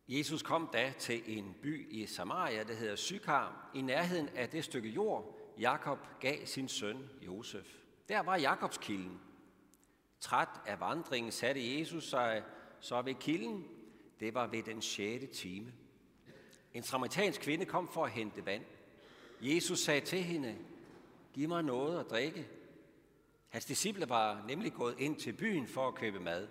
Jesus kom da til en by i Samaria, der hedder Sykar, i nærheden af det stykke jord, Jakob gav sin søn Josef. Der var Jakobskilden. Træt af vandringen satte Jesus sig så ved kilden. Det var ved den 6. time. En samaritansk kvinde kom for at hente vand. Jesus sagde til hende, giv mig noget at drikke. Hans disciple var nemlig gået ind til byen for at købe mad.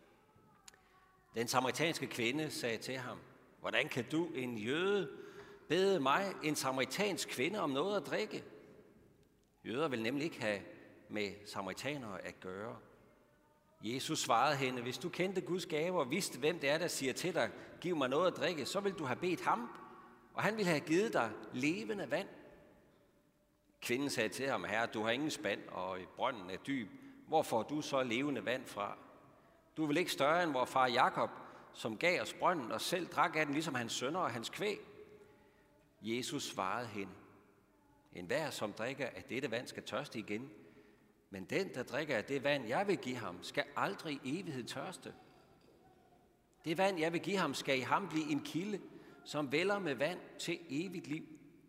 Den samaritanske kvinde sagde til ham, hvordan kan du, en jøde, bede mig, en samaritansk kvinde, om noget at drikke? Jøder vil nemlig ikke have med samaritanere at gøre. Jesus svarede hende, hvis du kendte Guds gave og vidste, hvem det er, der siger til dig, giv mig noget at drikke, så vil du have bedt ham, og han ville have givet dig levende vand. Kvinden sagde til ham, herre, du har ingen spand, og brønden er dyb. Hvor får du så levende vand fra? Du er vel ikke større end vor far Jakob, som gav os brønden og selv drak af den, ligesom hans sønner og hans kvæg. Jesus svarede hende, enhver, som drikker af dette vand, skal tørste igen. Men den, der drikker af det vand, jeg vil give ham, skal aldrig i evighed tørste. Det vand, jeg vil give ham, skal i ham blive en kilde, som vælder med vand til evigt liv.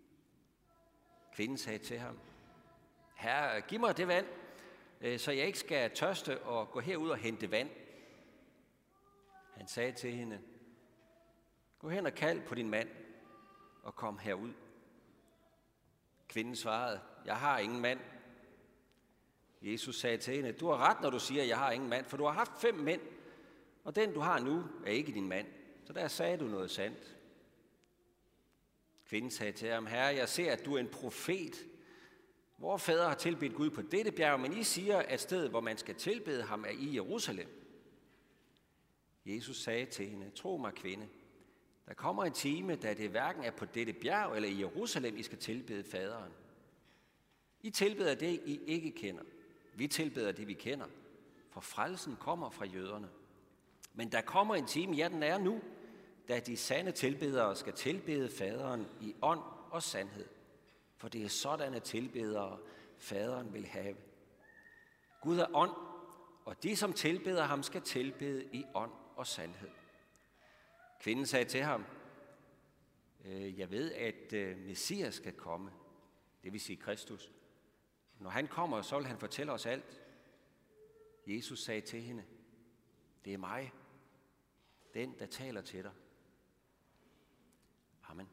Kvinden sagde til ham, herre, giv mig det vand, så jeg ikke skal tørste og gå herud og hente vand. Han sagde til hende, gå hen og kald på din mand og kom herud. Kvinden svarede, jeg har ingen mand. Jesus sagde til hende, du har ret, når du siger, jeg har ingen mand, for du har haft 5 mænd, og den du har nu er ikke din mand. Så der sagde du noget sandt. Kvinden sagde til ham, herre, jeg ser, at du er en profet. Vore fædre har tilbedt Gud på dette bjerg, men I siger, at stedet, hvor man skal tilbede ham, er i Jerusalem. Jesus sagde til hende, tro mig, kvinde, der kommer en time, da det hverken er på dette bjerg eller i Jerusalem, I skal tilbede faderen. I tilbeder det, I ikke kender. Vi tilbeder det, vi kender, for frelsen kommer fra jøderne. Men der kommer en time, ja, den er nu, da de sande tilbedere skal tilbede faderen i ånd og sandhed. For det er sådanne tilbedere, faderen vil have. Gud er ånd, og de, som tilbeder ham, skal tilbede i ånd og sandhed. Kvinden sagde til ham, jeg ved, at Messias skal komme, det vil sige Kristus. Når han kommer, så vil han fortælle os alt. Jesus sagde til hende, det er mig, den, der taler til dig. Amen.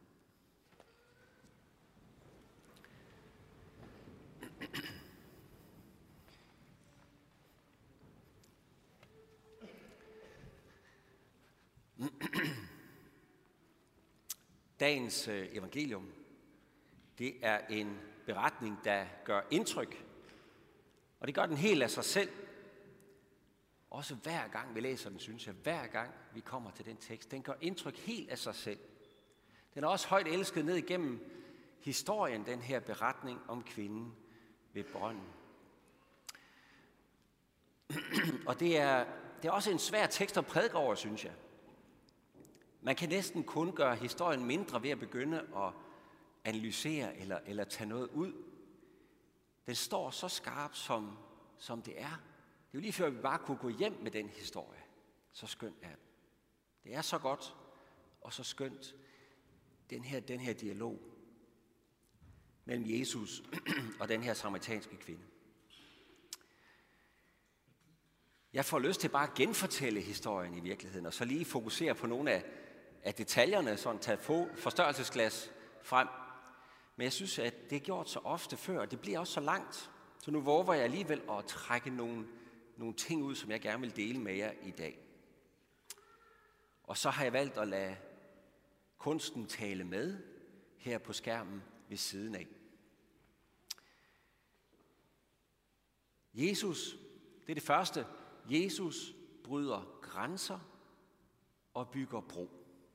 Dagens evangelium, det er en beretning, der gør indtryk. Og det gør den helt af sig selv. Også hver gang vi læser den, synes jeg, hver gang vi kommer til den tekst, den gør indtryk helt af sig selv. Den er også højt elsket ned igennem historien, den her beretning om kvinden ved brønden. Og det er også en svær tekst at prædike over, synes jeg. Man kan næsten kun gøre historien mindre ved at begynde at analysere eller tage noget ud. Den står så skarpt, som det er. Det er jo lige før, vi bare kunne gå hjem med den historie. Så skønt er det. Det er så godt og så skønt, den her dialog mellem Jesus og den her samaritanske kvinde. Jeg får lyst til bare at genfortælle historien i virkeligheden, og så lige fokusere på nogle af detaljerne, sådan tage forstørrelsesglas frem. Men jeg synes, at det er gjort så ofte før, og det bliver også så langt. Så nu våger jeg alligevel at trække nogle ting ud, som jeg gerne vil dele med jer i dag. Og så har jeg valgt at lade kunsten tale med her på skærmen ved siden af. Jesus, det er det første. Jesus bryder grænser og bygger bro.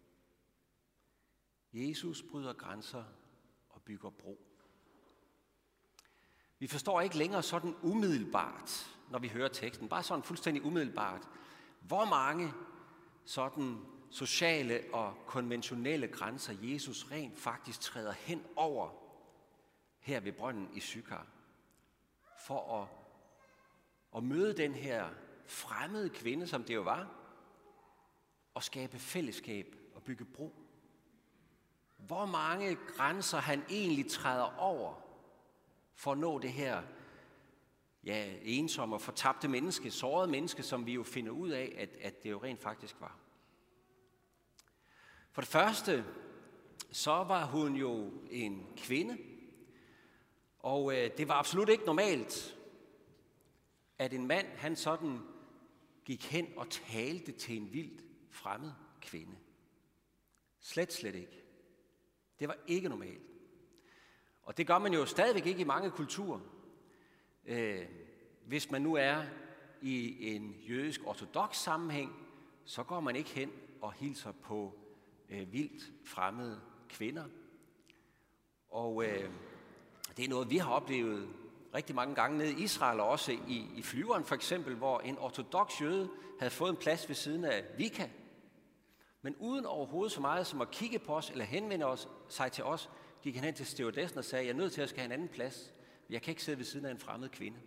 Jesus bryder grænser og bygger bro. Vi forstår ikke længere sådan umiddelbart, når vi hører teksten, bare sådan fuldstændig umiddelbart, hvor mange sådan sociale og konventionelle grænser Jesus rent faktisk træder hen over her ved brønden i Sykar, for at møde den her fremmede kvinde, som det jo var, og skabe fællesskab og bygge bro. Hvor mange grænser han egentlig træder over for at nå det her ensomme og fortabte menneske, sårede menneske, som vi jo finder ud af, at det jo rent faktisk var. For det første, så var hun jo en kvinde, og det var absolut ikke normalt, at en mand, han sådan gik hen og talte til en vildt fremmed kvinde. Slet ikke. Det var ikke normalt. Og det gør man jo stadigvæk ikke i mange kulturer. Hvis man nu er i en jødisk ortodoks sammenhæng, så går man ikke hen og hilser på vildt fremmede kvinder. Og det er noget, vi har oplevet rigtig mange gange nede i Israel, og også i flyveren for eksempel, hvor en ortodoks jøde havde fået en plads ved siden af Vika. Men uden overhovedet så meget som at kigge på os eller henvende sig til os, gik han hen til stewardessen og sagde, jeg er nødt til at skal have en anden plads. Jeg kan ikke sidde ved siden af en fremmed kvinde.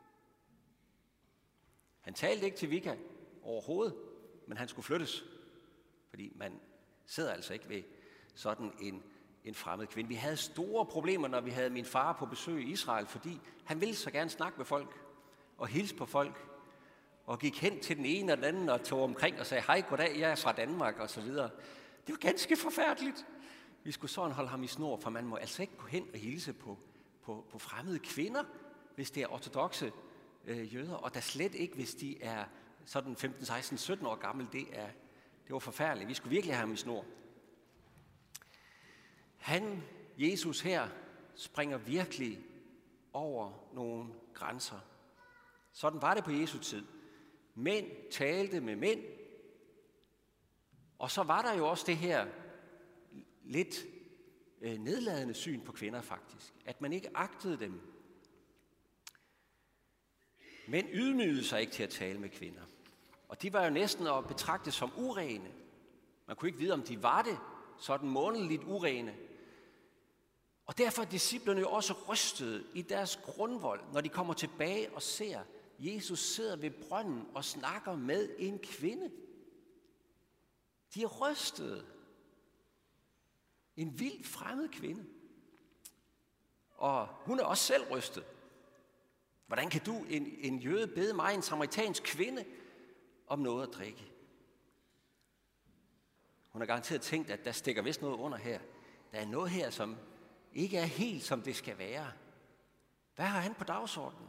Han talte ikke til Vika overhovedet, men han skulle flyttes. Fordi man sidder altså ikke ved sådan en fremmed kvinde. Vi havde store problemer, når vi havde min far på besøg i Israel, fordi han ville så gerne snakke med folk og hilse på folk. Og gik hen til den ene og den anden og tog omkring og sagde, hej, goddag, jeg er fra Danmark og så videre. Det var ganske forfærdeligt. Vi skulle sådan holde ham i snor, for man må altså ikke gå hen og hilse på fremmede kvinder, hvis det er ortodokse jøder, og da slet ikke, hvis de er sådan 15, 16, 17 år gammel. Det var forfærdeligt. Vi skulle virkelig have ham i snor. Jesus her, springer virkelig over nogle grænser. Sådan var det på Jesu tid. Mænd talte med mænd, og så var der jo også det her lidt nedladende syn på kvinder faktisk, at man ikke agtede dem. Mænd ydmygede sig ikke til at tale med kvinder, og de var jo næsten at betragte som urene. Man kunne ikke vide, om de var det, sådan månedligt urene. Og derfor er disciplerne jo også rystede i deres grundvold, når de kommer tilbage og ser, Jesus sidder ved brønden og snakker med en kvinde. De er rystede. En vild fremmed kvinde. Og hun er også selv rystet. Hvordan kan du, en jøde, bede mig, en samaritansk kvinde, om noget at drikke? Hun har garanteret tænkt, at der stikker vist noget under her. Der er noget her, som ikke er helt, som det skal være. Hvad har han på dagsordenen?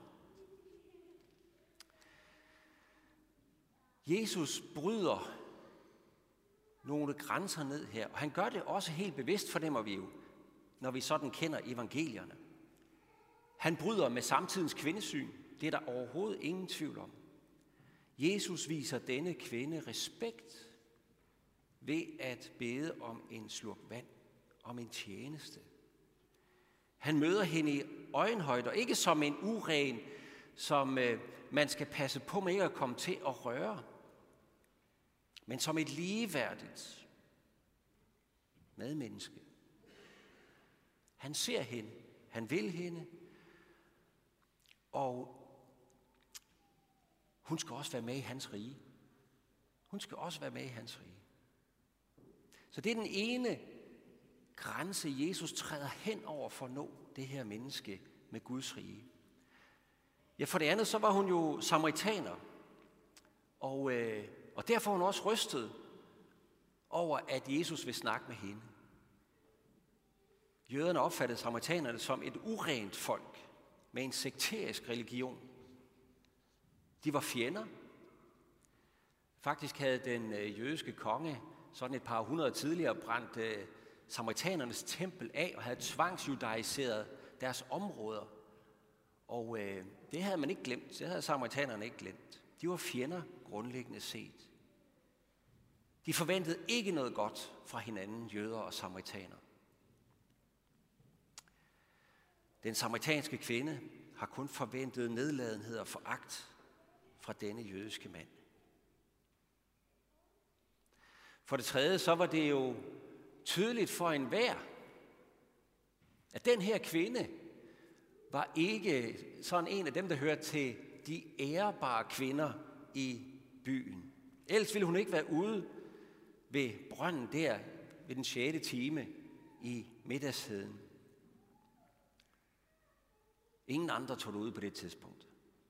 Jesus bryder nogle grænser ned her, og han gør det også helt bevidst, fornemmer vi jo, når vi sådan kender evangelierne. Han bryder med samtidens kvindesyn. Det er der overhovedet ingen tvivl om. Jesus viser denne kvinde respekt ved at bede om en slurk vand, om en tjeneste. Han møder hende i øjenhøjde, og ikke som en uren, som man skal passe på med ikke at komme til at røre, men som et ligeværdigt medmenneske. Han ser hende, han vil hende, og hun skal også være med i hans rige. Hun skal også være med i hans rige. Så det er den ene grænse, Jesus træder hen over for at nå det her menneske med Guds rige. Ja, for det andet, så var hun jo samaritaner. Og derfor er hun også rystet over, at Jesus vil snakke med hende. Jøderne opfattede samaritanerne som et urent folk med en sekterisk religion. De var fjender. Faktisk havde den jødiske konge sådan et par århundreder tidligere brændt samaritanernes tempel af og havde tvangsjudaiseret deres områder. Og det havde man ikke glemt. Det havde samaritanerne ikke glemt. De var fjender grundlæggende set. De forventede ikke noget godt fra hinanden, jøder og samaritaner. Den samaritanske kvinde har kun forventet nedladenhed og foragt fra denne jødiske mand. For det tredje, så var det jo tydeligt for enhver, at den her kvinde var ikke sådan en af dem, der hørte til de ærebare kvinder i byen. Ellers ville hun ikke være ude ved brønden der ved den 6. time i middagstiden. Ingen andre tog ud på det tidspunkt.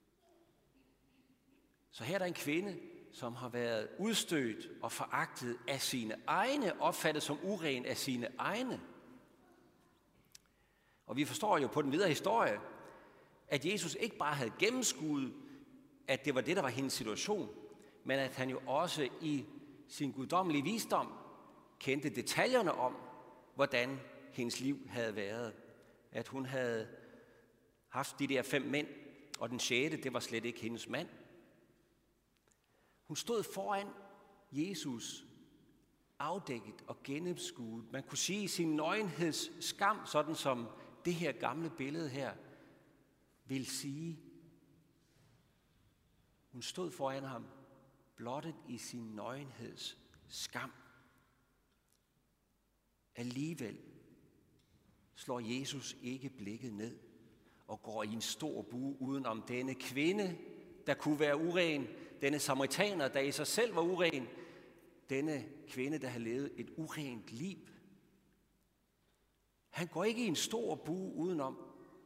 Så her er der en kvinde, som har været udstødt og foragtet af sine egne, opfattet som uren af sine egne. Og vi forstår jo på den videre historie, at Jesus ikke bare havde gennemskuet, at det var det, der var hendes situation, men at han jo også i sin guddommelige visdom kendte detaljerne om, hvordan hendes liv havde været. At hun havde haft de der 5 mænd, og den 6. det var slet ikke hendes mand. Hun stod foran Jesus, afdækket og gennemskuet. Man kunne sige sin nøgenheds skam, sådan som det her gamle billede her vil sige. Hun stod foran ham, blottet i sin nøgenheds skam. Alligevel slår Jesus ikke blikket ned og går i en stor bue udenom denne kvinde, der kunne være uren, denne samaritaner, der i sig selv var uren, denne kvinde, der havde levet et urent liv. Han går ikke i en stor bue udenom.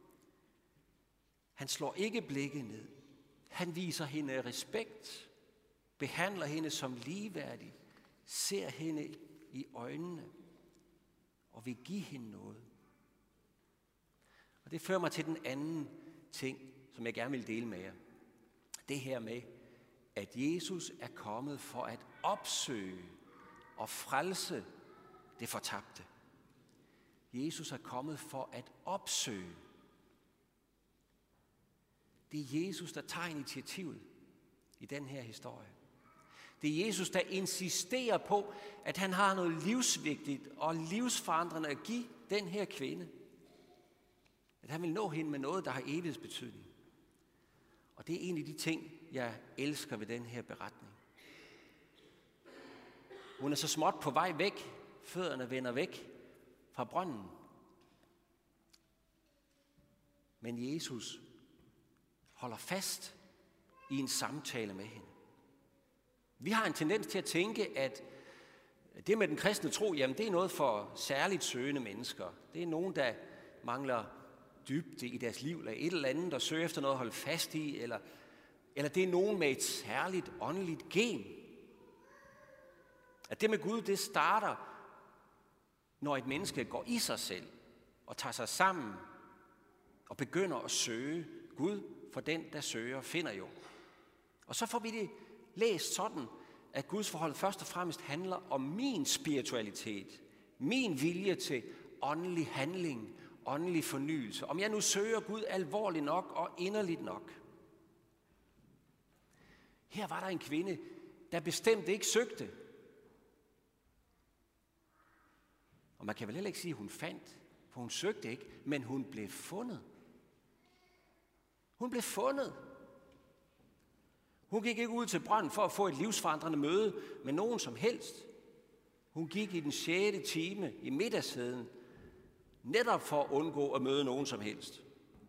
Han slår ikke blikket ned. Han viser hende respekt, behandler hende som ligeværdig, ser hende i øjnene og vil give hende noget. Og det fører mig til den anden ting, som jeg gerne vil dele med jer. Det her med, at Jesus er kommet for at opsøge og frelse det fortabte. Jesus er kommet for at opsøge. Det er Jesus, der tager initiativet i den her historie. Det er Jesus, der insisterer på, at han har noget livsvigtigt og livsforandrende at give den her kvinde. At han vil nå hende med noget, der har evighedsbetydning. Og det er en af de ting, jeg elsker ved den her beretning. Hun er så småt på vej væk. Fødderne vender væk fra brønden. Men Jesus holder fast i en samtale med hende. Vi har en tendens til at tænke, at det med den kristne tro, jamen det er noget for særligt søgende mennesker. Det er nogen, der mangler dybde i deres liv, eller et eller andet, der søger efter noget at holde fast i, eller det er nogen med et særligt åndeligt gen. At det med Gud, det starter, når et menneske går i sig selv, og tager sig sammen, og begynder at søge Gud, for den, der søger, finder jo. Og så får vi det læst sådan, at Guds forhold først og fremmest handler om min spiritualitet, min vilje til åndelig handling, åndelig fornyelse. Om jeg nu søger Gud alvorligt nok og inderligt nok. Her var der en kvinde, der bestemt ikke søgte. Og man kan vel heller ikke sige, at hun fandt, for hun søgte ikke, men hun blev fundet. Hun blev fundet. Hun gik ikke ud til brønden for at få et livsforandrende møde med nogen som helst. Hun gik i den 6. time i middagstiden, netop for at undgå at møde nogen som helst.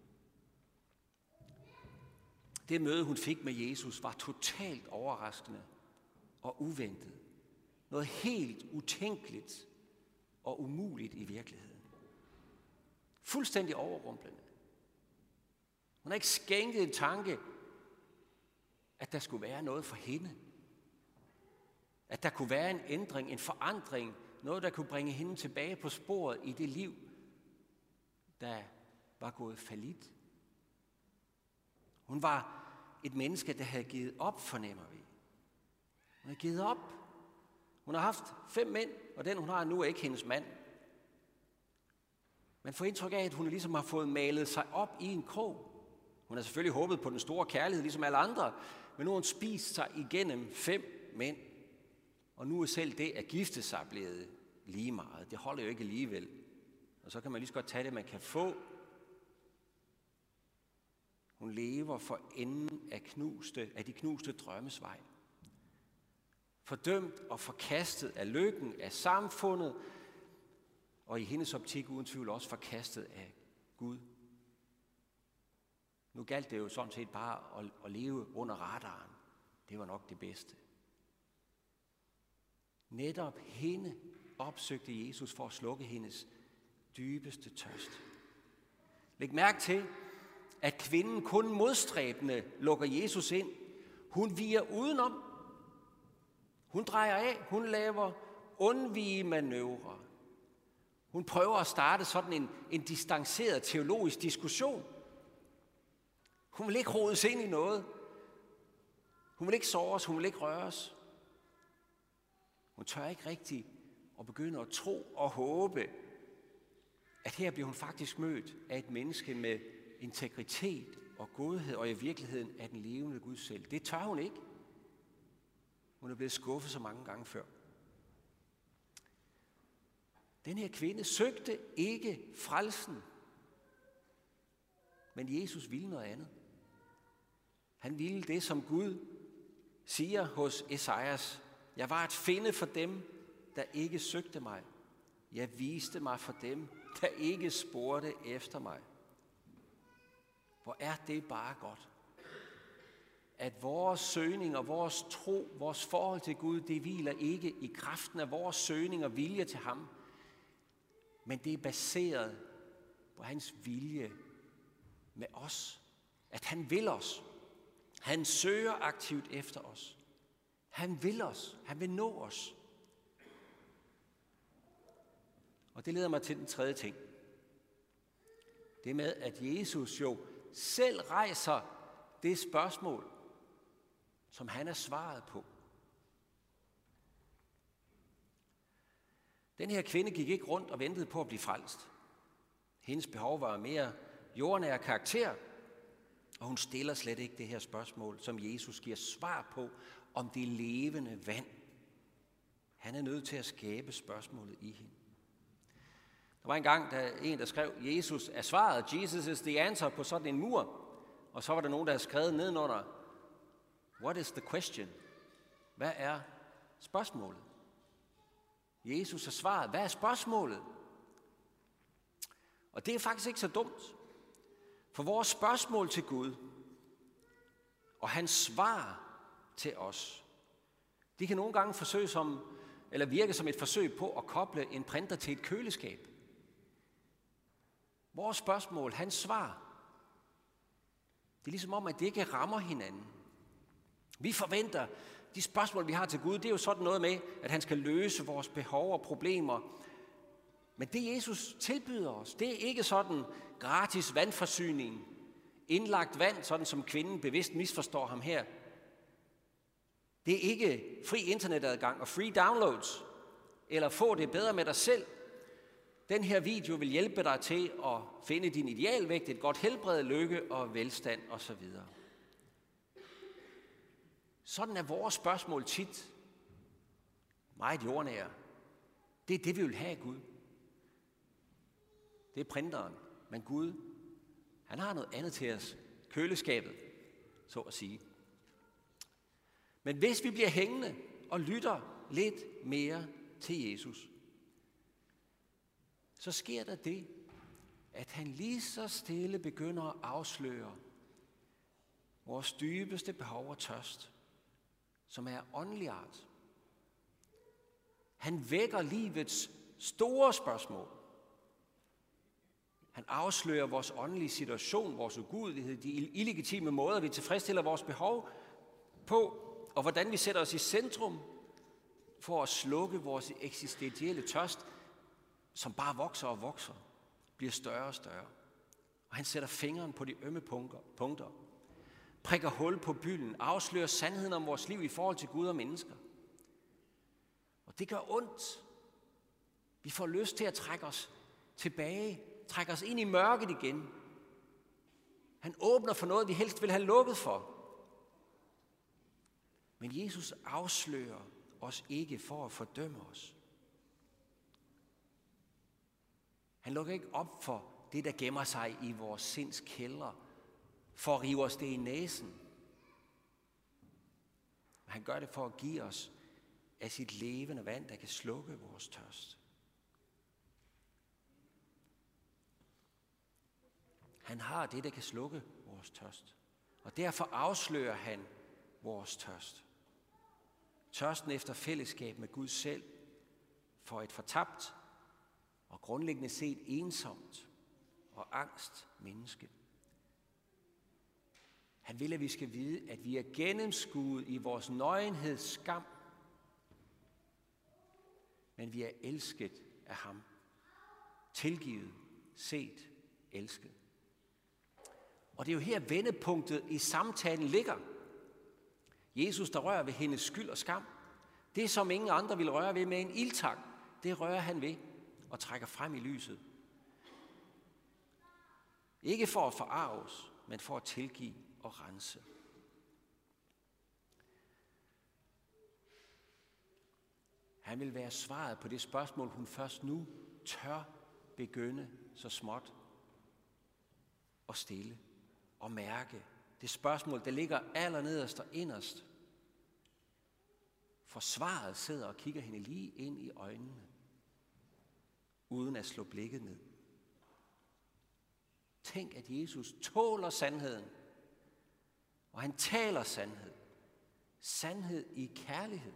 Det møde, hun fik med Jesus, var totalt overraskende og uventet. Noget helt utænkeligt og umuligt i virkeligheden. Fuldstændig overrumplende. Hun har ikke skænket en tanke, at der skulle være noget for hende. At der kunne være en ændring, en forandring, noget, der kunne bringe hende tilbage på sporet i det liv, der var gået fallit. Hun var et menneske, der havde givet op, fornemmer vi. Hun har givet op. Hun har haft 5 mænd, og den, hun har nu, er ikke hendes mand. Man får indtryk af, at hun ligesom har fået malet sig op i en krog. Hun har selvfølgelig håbet på den store kærlighed, ligesom alle andre, men nu har hun spist sig igennem 5 mænd. Og nu er selv det at gifte sig blevet lige meget. Det holder jo ikke alligevel. Og så kan man lige så godt tage det, man kan få. Hun lever for enden af de knuste drømmes vej. Fordømt og forkastet af lykken, af samfundet, og i hendes optik uden tvivl også forkastet af Gud. Nu galt det jo sådan set bare at leve under radaren. Det var nok det bedste. Netop hende opsøgte Jesus for at slukke hendes dybeste tørst. Læg mærke til, at kvinden kun modstræbende lukker Jesus ind. Hun viger udenom. Hun drejer af. Hun laver undvigemanøvrer. Hun prøver at starte sådan en distanceret teologisk diskussion. Hun vil ikke rodes ind i noget. Hun vil ikke såres. Hun vil ikke røres. Hun tør ikke rigtigt at begynde at tro og håbe, at her bliver hun faktisk mødt af et menneske med integritet og godhed, og i virkeligheden af den levende Gud selv. Det tør hun ikke. Hun er blevet skuffet så mange gange før. Den her kvinde søgte ikke frelsen, men Jesus ville noget andet. Han ville det, som Gud siger hos Esajas: jeg var at finde for dem, der ikke søgte mig. Jeg viste mig for dem, der ikke spurgte efter mig. Hvor er det bare godt, at vores søgning og vores tro, vores forhold til Gud, det hviler ikke i kraften af vores søgning og vilje til ham, men det er baseret på hans vilje med os. At han vil os. Han søger aktivt efter os. Han vil os. Han vil nå os. Og det leder mig til den tredje ting. Det med, at Jesus jo selv rejser det spørgsmål, som han er svaret på. Den her kvinde gik ikke rundt og ventede på at blive frelst. Hendes behov var mere jordnær karakter, og hun stiller slet ikke det her spørgsmål, som Jesus giver svar på, om det levende vand. Han er nødt til at skabe spørgsmålet i hende. Der var engang en, der skrev, Jesus er svaret, Jesus is the answer, på sådan en mur. Og så var der nogen, der havde skrevet nedenunder, what is the question? Hvad er spørgsmålet? Jesus er svaret. Hvad er spørgsmålet? Og det er faktisk ikke så dumt. For vores spørgsmål til Gud og hans svar til os, de kan nogle gange virke som et forsøg på at koble en printer til et køleskab. Vores spørgsmål, hans svar, det er ligesom om, at det ikke rammer hinanden. Vi forventer, de spørgsmål, vi har til Gud, det er jo sådan noget med, at han skal løse vores behov og problemer. Men det Jesus tilbyder os, det er ikke sådan gratis vandforsyning, indlagt vand, sådan som kvinden bevidst misforstår ham her. Det er ikke fri internetadgang og free downloads, eller få det bedre med dig selv. Den her video vil hjælpe dig til at finde din idealvægt, et godt helbred, lykke og velstand osv. Sådan er vores spørgsmål tit meget jordnære. Det er det, vi vil have af Gud. Det er printeren. Men Gud, han har noget andet til os. Køleskabet, så at sige. Men hvis vi bliver hængende og lytter lidt mere til Jesus, så sker der det, at han lige så stille begynder at afsløre vores dybeste behov og tørst, som er åndelig art. Han vækker livets store spørgsmål. Han afslører vores åndelige situation, vores ugudelighed, de illegitime måder, vi tilfredsstiller vores behov på, og hvordan vi sætter os i centrum for at slukke vores eksistentielle tørst, som bare vokser og vokser, bliver større og større. Og han sætter fingeren på de ømme punkter, prikker hul på bylden, afslører sandheden om vores liv i forhold til Gud og mennesker. Og det gør ondt. Vi får lyst til at trække os tilbage, trække os ind i mørket igen. Han åbner for noget, vi helst vil have lukket for. Men Jesus afslører os ikke for at fordømme os. Han lukker ikke op for det, der gemmer sig i vores sinds kælder, for at rive os det i næsen. Men han gør det for at give os af sit levende vand, der kan slukke vores tørst. Han har det, der kan slukke vores tørst. Og derfor afslører han vores tørst. Tørsten efter fællesskab med Gud selv for et fortabt og grundlæggende set ensomt og angst menneske. Han vil, at vi skal vide, at vi er gennemskuet i vores nøgenheds skam, men vi er elsket af ham. Tilgivet, set, elsket. Og det er jo her vendepunktet i samtalen ligger. Jesus, der rører ved hendes skyld og skam. Det, som ingen andre ville røre ved med en ildtang, det rører han ved og trækker frem i lyset. Ikke for at forarve os, men for at tilgive og rense. Han vil være svaret på det spørgsmål, hun først nu tør begynde så småt og stille og mærke. Det spørgsmål, der ligger allernederst og inderst. For svaret sidder og kigger hende lige ind i øjnene, uden at slå blikket ned. Tænk, at Jesus tåler sandheden, og han taler sandhed. Sandhed i kærlighed.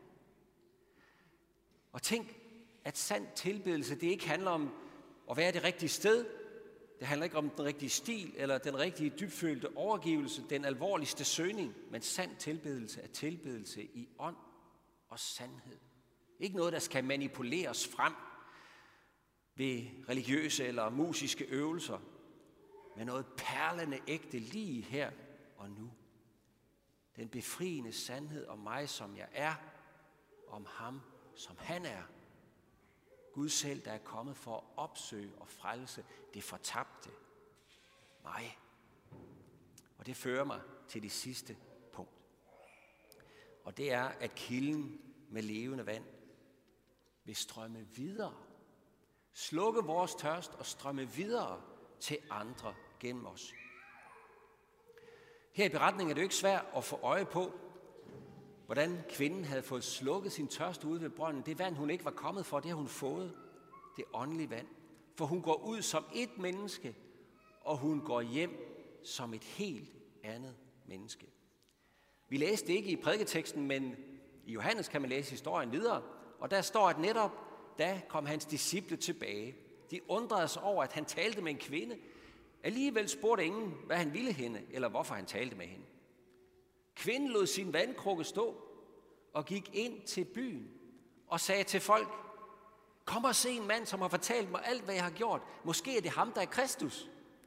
Og tænk, at sand tilbedelse, det ikke handler om at være det rigtige sted. Det handler ikke om den rigtige stil, eller den rigtige dybfølte overgivelse, den alvorligste søgning. Men sand tilbedelse er tilbedelse i ånd og sandhed. Ikke noget, der skal manipuleres frem ved religiøse eller musiske øvelser, men noget perlende ægte lige her og nu. Den befriende sandhed om mig, som jeg er, om ham, som han er. Gud selv, der er kommet for at opsøge og frelse det fortabte, mig. Og det fører mig til det sidste punkt. Og det er, at kilden med levende vand vil strømme videre. Slukke vores tørst og strømme videre til andre gennem os. Her i beretningen er det jo ikke svært at få øje på, hvordan kvinden havde fået slukket sin tørst ude ved brønden. Det vand, hun ikke var kommet for, det har hun fået. Det åndelige vand. For hun går ud som et menneske, og hun går hjem som et helt andet menneske. Vi læste det ikke i prædiketeksten, men i Johannes kan man læse historien videre. Og der står, at netop da kom hans disciple tilbage. De undrede sig over, at han talte med en kvinde. Alligevel spurgte ingen, hvad han ville hende, eller hvorfor han talte med hende. Kvinden lod sin vandkrukke stå og gik ind til byen og sagde til folk, kom og se en mand, som har fortalt mig alt, hvad jeg har gjort. Måske er det ham, der er Kristus.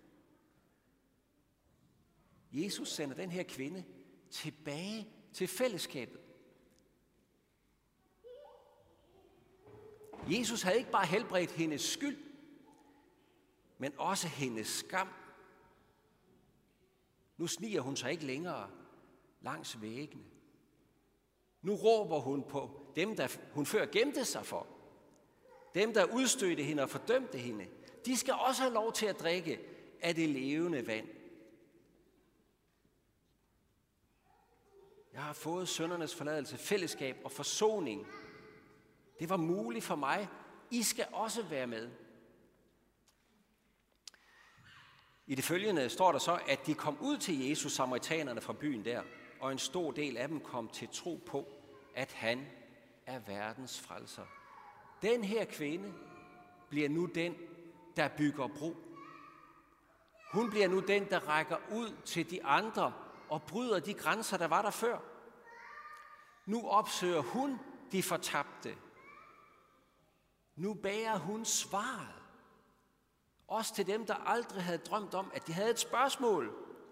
Jesus sender den her kvinde tilbage til fællesskabet. Jesus havde ikke bare helbredt hendes skyld, men også hendes skam. Nu sniger hun sig ikke længere langs væggene. Nu råber hun på dem, der hun før gemte sig for. Dem, der udstødte hende og fordømte hende. De skal også have lov til at drikke af det levende vand. Jeg har fået syndernes forladelse, fællesskab og forsoning. Det var muligt for mig. I skal også være med. I det følgende står der så, at de kom ud til Jesus, samaritanerne fra byen der, og en stor del af dem kom til tro på, at han er verdens frelser. Den her kvinde bliver nu den, der bygger bro. Hun bliver nu den, der rækker ud til de andre og bryder de grænser, der var der før. Nu opsøger hun de fortabte. Nu bærer hun svaret. Også til dem, der aldrig havde drømt om, at de havde et spørgsmål.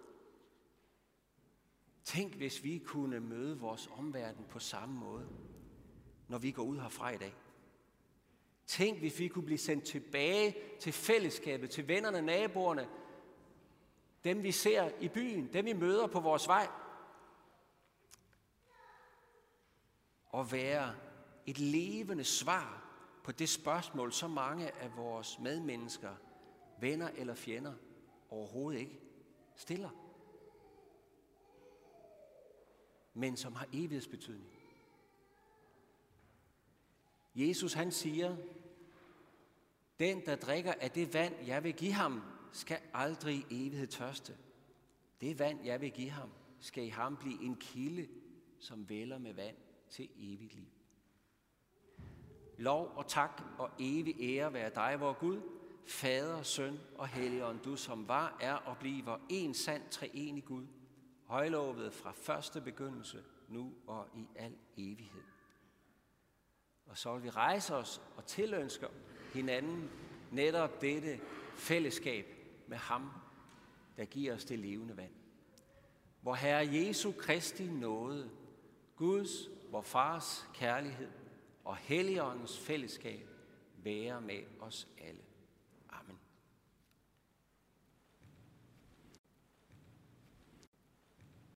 Tænk, hvis vi kunne møde vores omverden på samme måde, når vi går ud herfra i dag. Tænk, hvis vi kunne blive sendt tilbage til fællesskabet, til vennerne, naboerne, dem vi ser i byen, dem vi møder på vores vej. Og være et levende svar på det spørgsmål, så mange af vores medmennesker, venner eller fjender, overhovedet ikke stiller. Men som har evighedsbetydning. Jesus han siger, den der drikker af det vand, jeg vil give ham, skal aldrig i evighed tørste. Det vand, jeg vil give ham, skal i ham blive en kilde, som vælder med vand til evigt liv. Lov og tak og evig ære være dig, vor Gud, Fader, Søn og Helligånd, du som var, er og bliver en sand treenig Gud, højlovet fra første begyndelse, nu og i al evighed. Og så vil vi rejse os og tilønske hinanden netop dette fællesskab med ham, der giver os det levende vand. Vor Herre Jesu Kristi nåde, Guds, vor Fars kærlighed og Helligåndens fællesskab være med os alle.